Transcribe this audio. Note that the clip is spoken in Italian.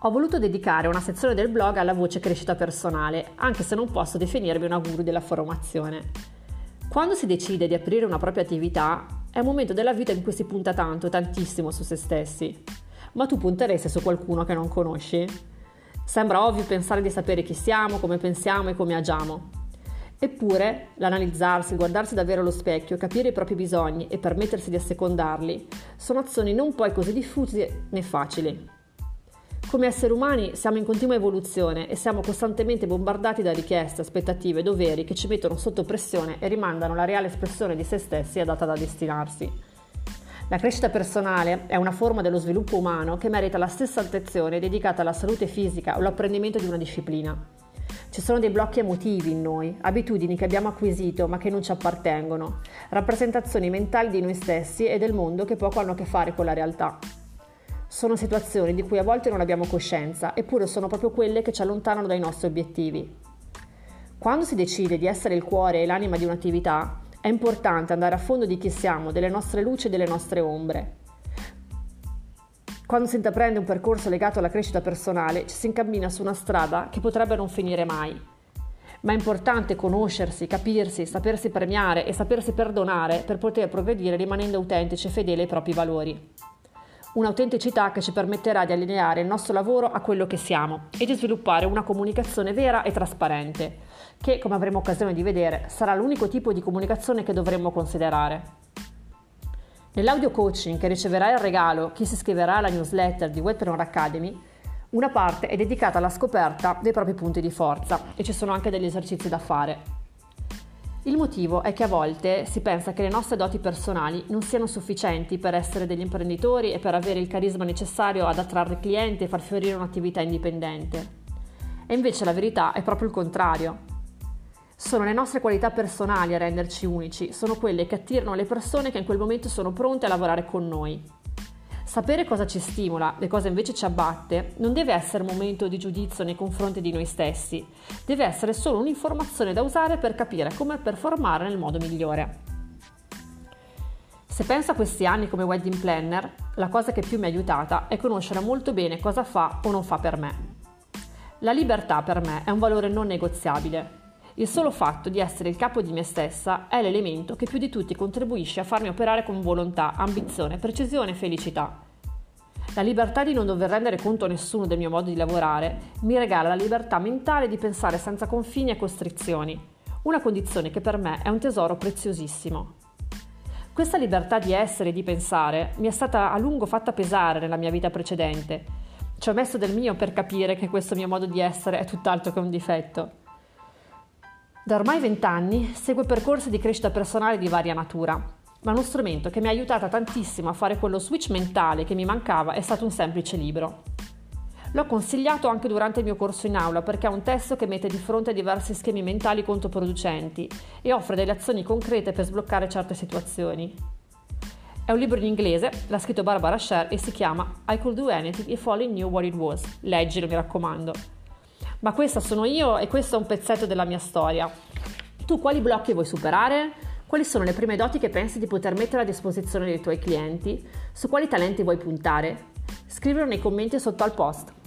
Ho voluto dedicare una sezione del blog alla voce crescita personale, anche se non posso definirmi una guru della formazione. Quando si decide di aprire una propria attività, è un momento della vita in cui si punta tanto, tantissimo su se stessi. Ma tu punteresti su qualcuno che non conosci? Sembra ovvio pensare di sapere chi siamo, come pensiamo e come agiamo. Eppure, l'analizzarsi, il guardarsi davvero allo specchio, capire i propri bisogni e permettersi di assecondarli, sono azioni non poi così diffuse né facili. Come esseri umani siamo in continua evoluzione e siamo costantemente bombardati da richieste, aspettative, doveri che ci mettono sotto pressione e rimandano la reale espressione di se stessi adatta da destinarsi. La crescita personale è una forma dello sviluppo umano che merita la stessa attenzione dedicata alla salute fisica o all'apprendimento di una disciplina. Ci sono dei blocchi emotivi in noi, abitudini che abbiamo acquisito ma che non ci appartengono, rappresentazioni mentali di noi stessi e del mondo che poco hanno a che fare con la realtà. Sono situazioni di cui a volte non abbiamo coscienza, eppure sono proprio quelle che ci allontanano dai nostri obiettivi. Quando si decide di essere il cuore e l'anima di un'attività, è importante andare a fondo di chi siamo, delle nostre luci e delle nostre ombre. Quando si intraprende un percorso legato alla crescita personale, ci si incammina su una strada che potrebbe non finire mai. Ma è importante conoscersi, capirsi, sapersi premiare e sapersi perdonare per poter progredire rimanendo autentici e fedeli ai propri valori. Un'autenticità che ci permetterà di allineare il nostro lavoro a quello che siamo e di sviluppare una comunicazione vera e trasparente, che, come avremo occasione di vedere, sarà l'unico tipo di comunicazione che dovremmo considerare. Nell'audio coaching che riceverà il regalo chi si iscriverà alla newsletter di Webpreneur Academy, una parte è dedicata alla scoperta dei propri punti di forza e ci sono anche degli esercizi da fare. Il motivo è che a volte si pensa che le nostre doti personali non siano sufficienti per essere degli imprenditori e per avere il carisma necessario ad attrarre clienti e far fiorire un'attività indipendente. E invece la verità è proprio il contrario. Sono le nostre qualità personali a renderci unici, sono quelle che attirano le persone che in quel momento sono pronte a lavorare con noi. Sapere cosa ci stimola e cosa invece ci abbatte non deve essere un momento di giudizio nei confronti di noi stessi, deve essere solo un'informazione da usare per capire come performare nel modo migliore. Se penso a questi anni come wedding planner, la cosa che più mi ha aiutata è conoscere molto bene cosa fa o non fa per me. La libertà per me è un valore non negoziabile. Il solo fatto di essere il capo di me stessa è l'elemento che più di tutti contribuisce a farmi operare con volontà, ambizione, precisione e felicità. La libertà di non dover rendere conto a nessuno del mio modo di lavorare mi regala la libertà mentale di pensare senza confini e costrizioni, una condizione che per me è un tesoro preziosissimo. Questa libertà di essere e di pensare mi è stata a lungo fatta pesare nella mia vita precedente. Ci ho messo del mio per capire che questo mio modo di essere è tutt'altro che un difetto. Da ormai 20 anni seguo percorsi di crescita personale di varia natura, ma uno strumento che mi ha aiutata tantissimo a fare quello switch mentale che mi mancava è stato un semplice libro. L'ho consigliato anche durante il mio corso in aula perché è un testo che mette di fronte a diversi schemi mentali controproducenti e offre delle azioni concrete per sbloccare certe situazioni. È un libro in inglese, l'ha scritto Barbara Sher e si chiama I Could Do Anything If Only Knew What It Was. Leggilo, mi raccomando. Ma questa sono io e questo è un pezzetto della mia storia. Tu quali blocchi vuoi superare? Quali sono le prime doti che pensi di poter mettere a disposizione dei tuoi clienti? Su quali talenti vuoi puntare? Scrivilo nei commenti sotto al post.